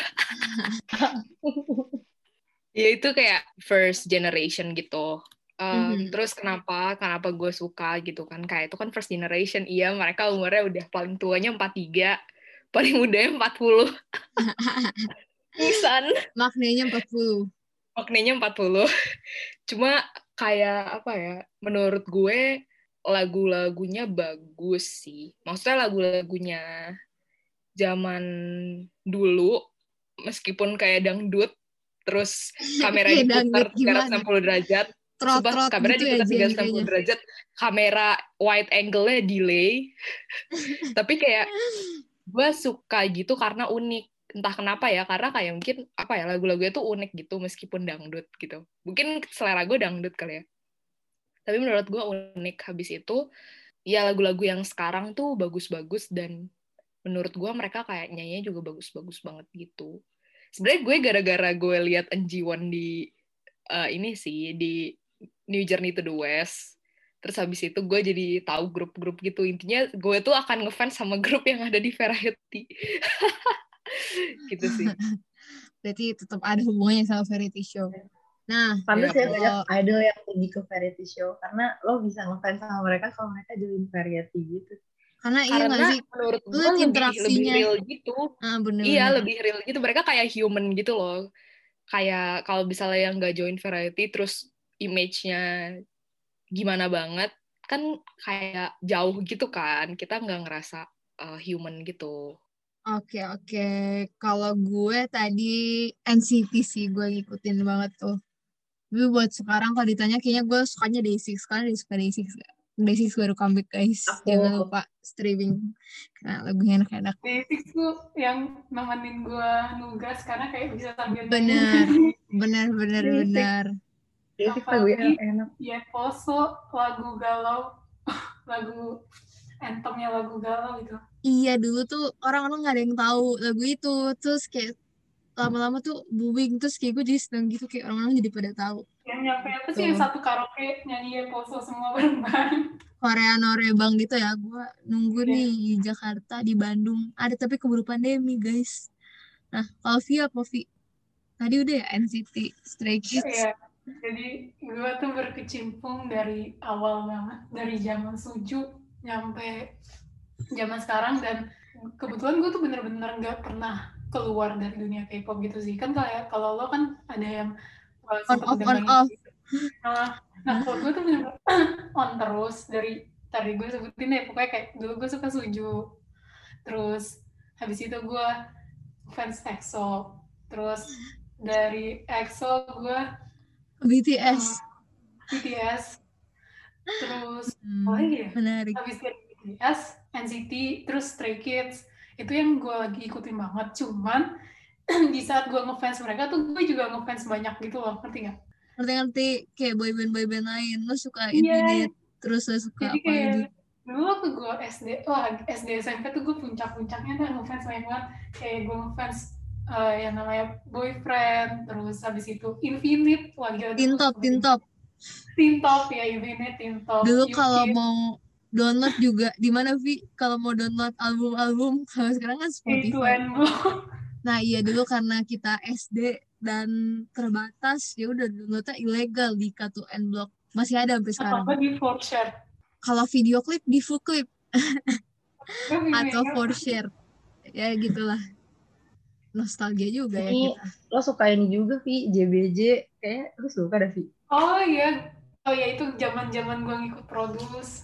S4: Ya itu kayak first generation gitu. Um,
S1: Mhm.
S4: terus kenapa kenapa gue suka gitu kan, kayak itu kan first generation. Iya, mereka umurnya udah paling tuanya empat puluh tiga, paling mudanya empat puluh. Nisan.
S1: Maknanya empat puluh.
S4: Maknanya empat puluh. Cuma kayak apa ya, menurut gue lagu-lagunya bagus sih. Maksudnya lagu-lagunya zaman dulu, meskipun kayak dangdut, terus kamera
S1: Kayak
S4: diputar
S1: dangdut
S4: tiga ratus enam
S1: gimana?
S4: puluh derajat, sumpah
S1: Trot-trot
S4: kamera
S1: gitu ya
S4: diputar tiga ratus enam puluh
S1: genrenya.
S4: derajat, kamera wide angle-nya delay, tapi kayak gue suka gitu karena unik. Entah kenapa ya, karena kayak mungkin apa ya, lagu-lagunya tuh unik gitu meskipun dangdut gitu. Mungkin selera gue dangdut kali ya. Tapi menurut gue unik. Habis itu, ya lagu-lagu yang sekarang tuh bagus-bagus dan menurut gue mereka kayak nyanyinya juga bagus-bagus banget gitu. Sebenarnya gue gara-gara gue lihat N G one di uh, ini sih, di New Journey to the West. Terus habis itu gue jadi tahu grup-grup gitu. Intinya gue tuh akan ngefans sama grup yang ada di Variety. Gitu sih.
S1: Berarti tetap ada hubungannya sama variety show. Nah,
S3: Pantes
S4: Ya,
S3: ya banyak
S1: kalau
S3: idol yang pergi ke variety show karena lo bisa ngefans sama mereka kalau mereka join variety gitu.
S1: karena iya nggak
S4: karena
S1: sih?
S4: menurut
S1: Lu
S4: gue
S1: liat
S4: lebih lebih
S1: interaksinya.
S4: real gitu.
S1: Ah,
S4: Iya,
S1: bener-bener.
S4: lebih real gitu. Mereka kayak human gitu loh. Kayak kalau misalnya yang nggak join Variety terus image-nya gimana banget, kan kayak jauh gitu kan. Kita nggak ngerasa uh, human gitu.
S1: Oke, oke. Kalau gue tadi N C T sih, gue ngikutin banget tuh. Tapi buat sekarang kalau ditanya, kayaknya gue sukanya Day six. Kalian udah suka Day six gak? Day six baru comeback, guys.
S3: Aku
S1: Jangan lupa streaming. Karena lagunya enak-enak.
S2: basic tuh yang nemenin gue nugas karena kayak bisa sambil
S1: Bener,
S2: nyanyi.
S1: bener, bener,
S3: Day six.
S1: bener.
S3: Day six lagunya
S2: Apalagi
S3: enak.
S2: ya Poso, lagu galau, lagu anthemnya lagu galau itu.
S1: Iya, dulu tuh orang-orang gak ada yang tahu lagu itu. Terus kayak lama-lama tuh booming. Terus kayak gue jadi seneng gitu. Kayak orang-orang jadi pada tahu.
S2: Yang nyampe apa sih
S1: Tuh.
S2: yang satu karaoke nyanyi ya Poso semua bareng-bareng.
S1: Koreano Rebang gitu ya. Gue nunggu
S2: Iya.
S1: nih di Jakarta, di Bandung. Ada tapi keburu pandemi, guys. Nah, kalau Via apa, Vi? Tadi udah ya N C T, Stray Kids.
S2: Iya. Jadi gue tuh berkecimpung dari awal banget, dari zaman Suju nyampe zaman sekarang, dan kebetulan gue tuh bener-bener nggak pernah keluar dari dunia K-pop gitu sih. Kan kayak kalau lo kan ada yang uh,
S1: On
S2: sempat
S1: off, on
S2: dengangin
S1: off.
S2: gitu. Nah, nah kalau gue tuh bener-bener on terus dari tadi gue sebutin deh, pokoknya kayak dulu gue suka Suju, terus habis itu gue fans EXO, terus dari EXO gue
S1: B T S.
S2: B T S, terus
S1: Hmm,
S2: apa lagi ya?
S1: menarik.
S2: Habis dari B T S N C T, terus Stray Kids. Itu yang gue lagi ikutin banget. Cuman di saat gue ngefans mereka tuh gue juga ngefans banyak gitu loh, ngerti nggak?
S1: Ngerti-ngerti kayak boyband boyband lain. Lo suka
S2: Iya.
S1: Infinite, terus lo suka
S2: Jadi
S1: apa lagi?
S2: kayak dulu waktu gue S D, wah S D S M P tuh gue puncak-puncaknya dah ngefans banyak banget. Kayak gue ngefans uh, yang namanya Boyfriend, terus habis itu Infinite, wah gila tuh.
S1: Tintop, Tintop.
S2: Tintop ya, Infinite, Tintop.
S1: Dulu
S2: U
S1: kalau
S2: K I D.
S1: mau download juga di mana Vi? Kalau mau download album-album, kalau sekarang kan Spotify. Nah iya dulu karena kita S D dan terbatas, ya udah downloadnya ilegal di K two N Block. Masih ada sampai sekarang.
S2: Apa di for share?
S1: Kalau video klip di full clip atau for share, ya gitulah. Nostalgia juga ya
S3: Ini
S1: kita.
S3: lo suka ini juga Vi, J B J, kayak lo suka dah Vi.
S2: Oh iya, oh ya itu zaman-zaman gue ngikut Produce.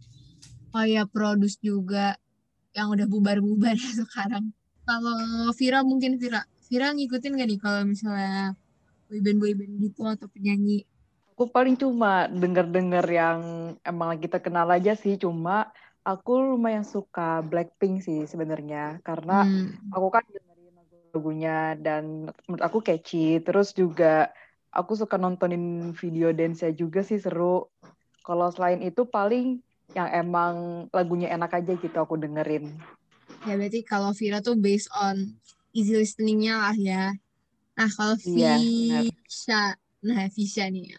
S1: Oh ya Produce juga, yang udah bubar-bubar ya sekarang. Kalau Vira mungkin Vira, Vira ngikutin gak nih kalau misalnya boyband-boyband gitu atau penyanyi?
S5: Aku paling cuma denger-denger yang emang kita kenal aja sih, cuma aku lumayan suka Blackpink sih sebenarnya, karena
S1: Hmm.
S5: aku kan dengerin lagu-lagunya dan menurut aku catchy, terus juga aku suka nontonin video dance-nya juga sih, seru. Kalau selain itu paling yang emang lagunya enak aja gitu aku dengerin.
S1: Ya berarti kalau Vira tuh based on easy listening-nya lah ya. Nah kalau
S5: Iya, benar.
S1: Visha, nah Visha nih ya.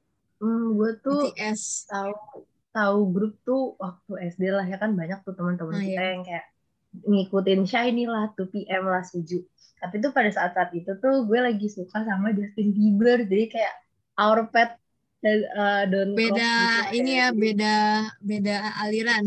S3: Hmm, gue tuh
S1: B T S.
S3: tahu tahu grup tuh waktu S D lah ya kan, banyak tuh teman-teman
S1: Oh,
S3: kita
S1: iya.
S3: yang kayak ngikutin Shiny lah, two P M lah, Suju. Tapi tuh pada saat-saat itu tuh gue lagi suka sama Justin Bieber, jadi kayak our pet dan uh, don't
S1: Beda
S3: cross gitu lah
S1: ini ya,
S3: ya. Jadi,
S1: beda beda aliran.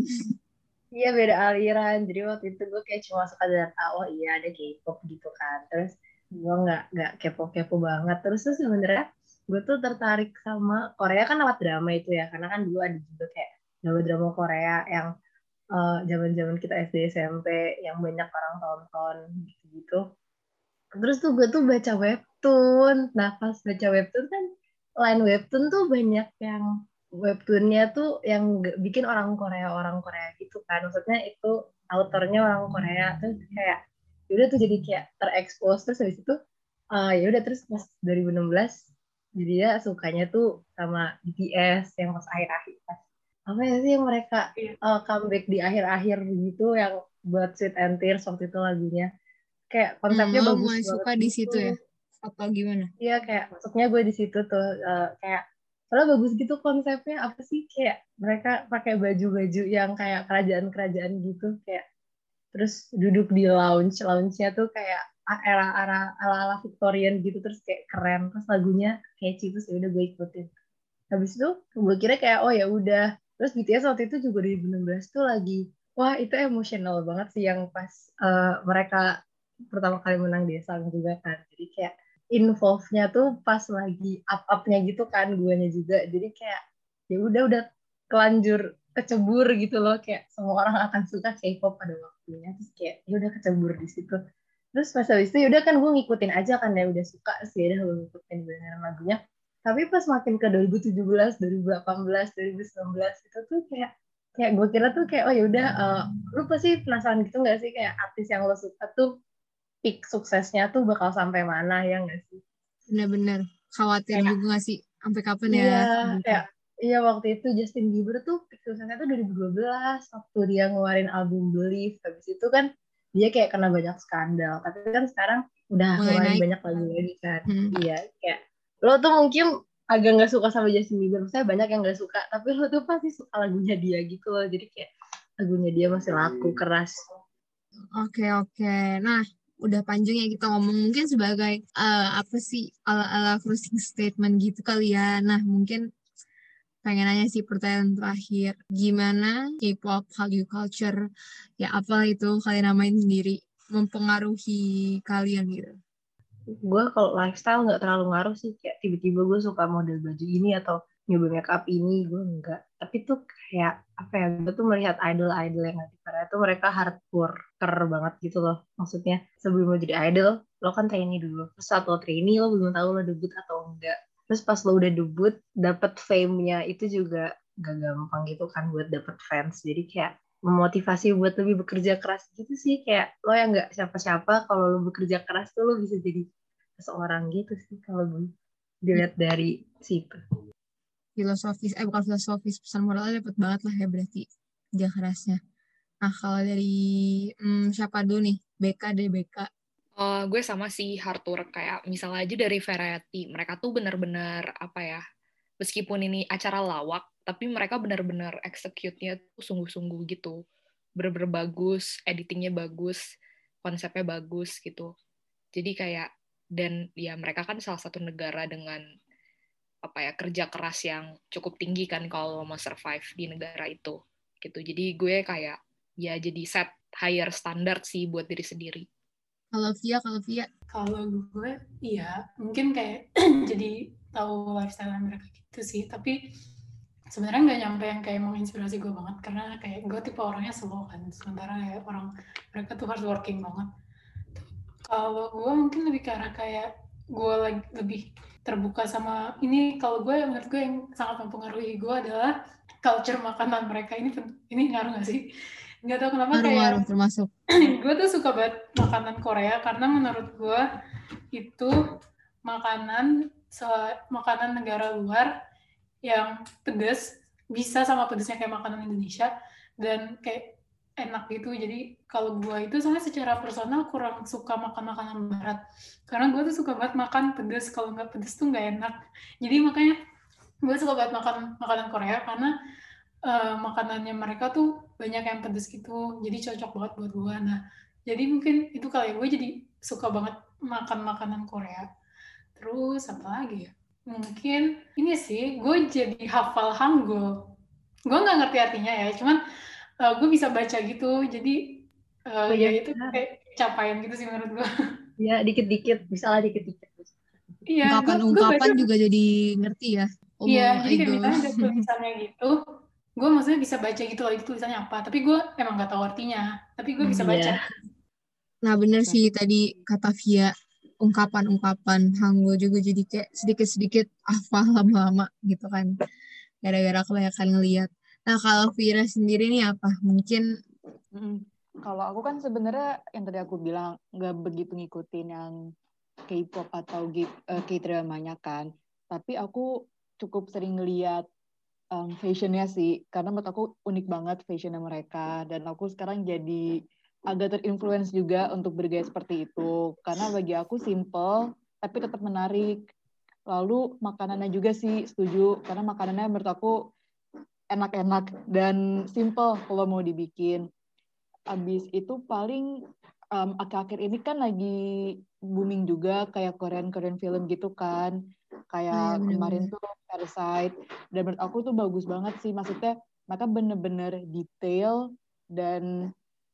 S3: iya beda aliran. Jadi waktu itu gue kayak cuma suka dan tahu, oh iya ada K-pop gitu kan. Terus gue nggak nggak kepo-kepo banget. Terus tuh sebenarnya gue tuh tertarik sama Korea kan lewat drama itu ya, karena kan dulu ada juga kayak drama-drama Korea yang uh, zaman-zaman kita S D S M P yang banyak orang tonton gitu-gitu. Terus tuh gue tuh baca webtoon. Nah pas baca webtoon kan, line webtoon tuh banyak yang webtoonnya tuh yang g- bikin orang Korea orang Korea gitu kan. Maksudnya itu autornya orang Korea tuh kayak ya udah tuh jadi kayak terekspos. Terus habis itu uh, ya udah terus pas dua ribu enam belas jadi dia sukanya tuh sama B T S yang pas akhir-akhir pas apa ya sih yang mereka uh, comeback di akhir-akhir gitu yang buat Sweet and Tears waktu itu lagunya kayak konsepnya
S1: Hmm, lo
S3: bagus
S1: mulai
S3: banget
S1: suka di
S3: gitu.
S1: situ ya? Apa gimana?
S3: Iya kayak masuknya gue di situ tuh uh, kayak soalnya bagus gitu konsepnya, apa sih kayak mereka pakai baju-baju yang kayak kerajaan-kerajaan gitu kayak terus duduk di lounge lounge-nya tuh kayak era-era ala-ala Victorian gitu, terus kayak keren, terus lagunya catchy, terus ya udah gue ikutin. Habis itu gue kira kayak oh ya udah, terus B T S waktu itu juga dua ribu enam belas tuh lagi wah itu emosional banget sih yang pas uh, mereka pertama kali menang di Sang juga kan, jadi kayak involve-nya tuh pas lagi up-upnya gitu kan guanya juga, jadi kayak ya udah udah kelanjur kecebur gitu loh, kayak semua orang akan suka K-pop pada waktunya, terus kayak ya udah kecebur di situ. Terus pas habis itu ya udah kan gue ngikutin aja kan, ya udah suka sih, udah gue ngikutin beneran lagunya. Tapi pas makin ke dua ribu tujuh belas, dua ribu delapan belas, dua ribu sembilan belas itu tuh kayak kayak gue kira tuh kayak oh ya udah uh, lu pasti penasaran gitu nggak sih kayak artis yang lo suka tuh peak suksesnya tuh bakal sampai mana ya nggak sih?
S1: Bener-bener khawatir
S3: Kayak,
S1: juga gak sih sampai kapan
S3: iya,
S1: ya?
S3: kayak iya waktu itu Justin Bieber tuh peak suksesnya tuh dua ribu dua belas waktu dia ngeluarin album Believe. Habis itu kan dia kayak kena banyak skandal. Tapi kan sekarang udah
S1: Mulai
S3: ngeluarin
S1: naik.
S3: banyak lagu lagi kan.
S1: Hmm.
S3: Iya, kayak lo tuh mungkin agak nggak suka sama Justin Bieber. Saya banyak yang nggak suka, tapi lo tuh pasti suka lagunya dia gitu loh. Jadi kayak lagunya dia masih laku keras.
S1: Oke oke. Nah udah panjang ya kita ngomong, mungkin sebagai uh, apa sih ala-ala closing statement gitu kali ya. Nah mungkin pengen nanya sih pertanyaan terakhir, gimana K-pop, Hallyu culture, ya apa itu kalian namain sendiri, mempengaruhi kalian gitu?
S3: Gue kalau lifestyle nggak terlalu ngaruh sih, kayak tiba-tiba gue suka model baju ini atau nyoba make up ini, gue enggak. Tapi tuh kayak apa ya, gue tuh melihat idol-idol yang ada di Korea tuh mereka hardcore banget gitu loh. Maksudnya sebelum lo jadi idol lo kan trainee dulu, terus atau trainee lo belum tahu lo debut atau enggak, terus pas lo udah debut dapet fame-nya itu juga gak gampang gitu kan buat dapet fans. Jadi kayak memotivasi buat lebih bekerja keras gitu sih. Kayak lo yang nggak siapa-siapa, kalau lo bekerja keras tuh lo bisa jadi seseorang gitu sih kalau gue dilihat dari situ.
S1: Filosofis, eh bukan filosofis, pesan moralnya dapet banget lah ya berarti kerja kerasnya. Nah kalau dari hmm, siapa dulu nih? B K deh, B K.
S4: Uh, gue sama sih hard work, kayak misalnya aja dari Variety, mereka tuh bener-bener apa ya, meskipun ini acara lawak, tapi mereka bener-bener execute-nya tuh sungguh-sungguh gitu, bener-bener bagus, editingnya bagus, konsepnya bagus gitu. Jadi kayak, dan ya mereka kan salah satu negara dengan apa ya, kerja keras yang cukup tinggi kan kalau mau survive di negara itu gitu. Jadi gue kayak ya jadi set higher standard sih buat diri sendiri.
S1: Kalau Via, kalau Via.
S2: Kalau gue, iya, mungkin kayak jadi tahu lifestyle mereka gitu sih. Tapi sebenarnya nggak nyampe yang kayak menginspirasi gue banget, karena kayak gue tipe orangnya slow kan. Sementara kayak orang mereka tuh hard working banget. Kalau gue mungkin lebih ke arah kayak gue lagi lebih terbuka sama ini. Kalau gue, menurut gue yang sangat mempengaruhi gue adalah culture makanan mereka. Ini ini ngaruh nggak sih? Nggak tahu kenapa
S1: Ngaruh,
S2: kayak
S1: ngaruh termasuk.
S2: gue tuh suka banget makanan Korea karena menurut gue itu makanan makanan negara luar yang pedas, bisa sama pedasnya kayak makanan Indonesia, dan kayak enak gitu. Jadi kalau gue itu soalnya secara personal kurang suka makan makanan barat, karena gue tuh suka banget makan pedas, kalau nggak pedas tuh nggak enak. Jadi makanya gue suka banget makan makanan Korea karena uh, makanannya mereka tuh banyak yang pedas gitu, jadi cocok banget buat gue. Nah jadi mungkin itu kali ya, gue jadi suka banget makan makanan Korea. Terus apa lagi ya? Mungkin ini sih, gue jadi hafal Hangul. Gue nggak ngerti artinya ya, cuman uh, gue bisa baca gitu. Jadi uh,
S3: Oh,
S2: ya
S3: iya.
S2: itu kayak capaian gitu sih menurut gue.
S3: Ya dikit-dikit, bisa lah dikit-dikit.
S2: Iya,
S1: ungkapan-ungkapan juga jadi ngerti ya.
S2: Iya, jadi kayak
S1: Ego.
S2: misalnya ada tulisannya gitu, gue maksudnya bisa baca gitu loh, itu tulisannya apa. Tapi gue emang nggak tahu artinya, tapi gue bisa baca.
S3: Iya.
S1: Nah bener sih tadi kata Via, ungkapan-ungkapan Hangul juga jadi kayak sedikit-sedikit hafal lama-lama gitu kan. Gara-gara kebanyakan ngeliat. Nah kalau Vira sendiri nih apa? Mungkin
S5: Mm. Kalau aku kan sebenarnya yang tadi aku bilang nggak begitu ngikutin yang K-pop atau uh, K-dramanya kan, tapi aku cukup sering ngeliat um, fashionnya sih, karena menurut aku unik banget fashionnya mereka, dan aku sekarang jadi agak terinfluence juga untuk bergaya seperti itu, karena bagi aku simple tapi tetap menarik. Lalu makanannya juga sih setuju, karena makanannya menurut aku enak-enak dan simple kalau mau dibikin. Abis itu paling um, akhir-akhir ini kan lagi booming juga kayak Korean-Korean film gitu kan. Kayak
S1: oh, ya,
S5: kemarin tuh Parasite. Dan menurut aku tuh bagus banget sih. Maksudnya mereka bener-bener detail dan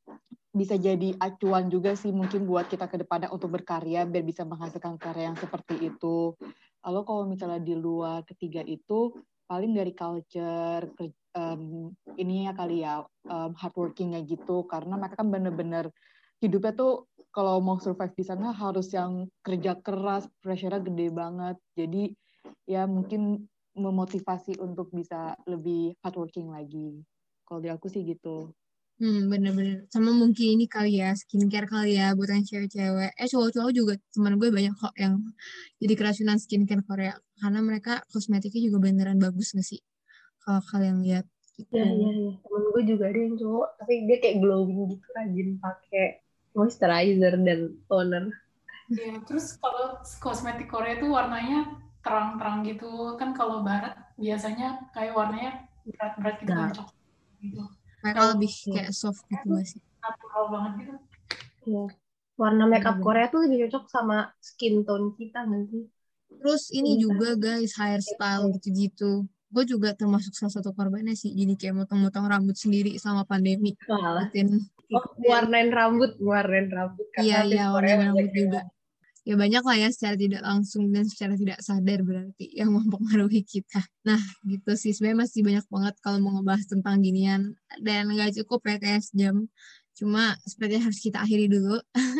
S5: bisa jadi acuan juga sih mungkin buat kita ke depannya untuk berkarya biar bisa menghasilkan karya yang seperti itu. Lalu kalau misalnya di luar ketiga itu paling dari culture um, ini ya kali ya um, hardworkingnya gitu, karena mereka kan bener-bener hidupnya tuh kalau mau survive di sana harus yang kerja keras, pressure-nya gede banget. Jadi ya mungkin memotivasi untuk bisa lebih hardworking lagi. Kalau di aku sih gitu.
S1: Hmm, bener-bener. Sama mungkin ini kali ya, skincare kali ya, buat yang cewek-cewek. Eh, cowok-cowok juga, teman gue banyak kok yang jadi keracunan skincare Korea. Karena mereka kosmetiknya juga beneran bagus gak sih? Kalau kalian lihat. Gitu.
S3: Iya, iya, iya. Temen gue juga ada yang cowok, tapi dia kayak glowing gitu, rajin pakai moisturizer dan toner.
S2: Iya, terus kalau kosmetik Korea tuh warnanya terang-terang gitu. Kan kalau barat biasanya kayak warnanya berat-berat gitu kan, coklat gitu.
S1: Mereka
S2: Kalau
S1: lebih kayak soft gitu gak sih?
S2: natural banget gitu.
S3: Iya. Warna makeup
S1: Bener-bener.
S3: Korea tuh lebih cocok sama skin tone kita nanti.
S1: Terus ini
S3: Iya.
S1: juga guys, hairstyle gitu-gitu. Gue juga termasuk salah satu korbannya sih. Jadi kayak motong-motong rambut sendiri sama pandemi.
S3: Walah.
S1: Ikutin,
S3: Oh, warnain rambut, warnain rambut.
S1: iya,
S3: Karena
S1: iya,
S3: di Korea
S1: warnain
S3: banyak
S1: rambut
S3: yang
S1: juga. Ya banyak lah ya secara tidak langsung dan secara tidak sadar berarti yang mempengaruhi kita. Nah gitu sih, sebenarnya masih banyak banget kalau mau ngebahas tentang ginian. Dan nggak cukup ya kayak sejam. Cuma sepertinya harus kita akhiri dulu.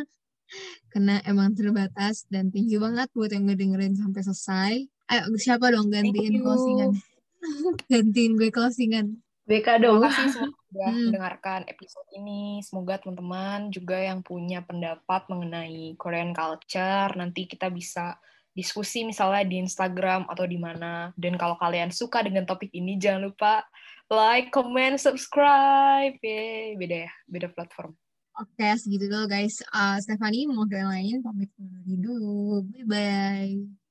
S1: Karena emang terbatas. Dan thank you banget buat yang ngedengerin sampai selesai. Ayo siapa dong gantiin closingan? Gantiin gue closingan.
S3: B K
S4: Terima
S3: dong.
S4: kasih semua sudah
S1: Hmm.
S4: mendengarkan episode ini. Semoga teman-teman juga yang punya pendapat mengenai Korean culture, nanti kita bisa diskusi misalnya di Instagram atau di mana. Dan kalau kalian suka dengan topik ini, jangan lupa like, comment, subscribe. Yeay, beda ya, beda platform.
S1: Oke, segitu dulu guys. Uh, Stephanie mau yang lain pamit dulu. Bye-bye.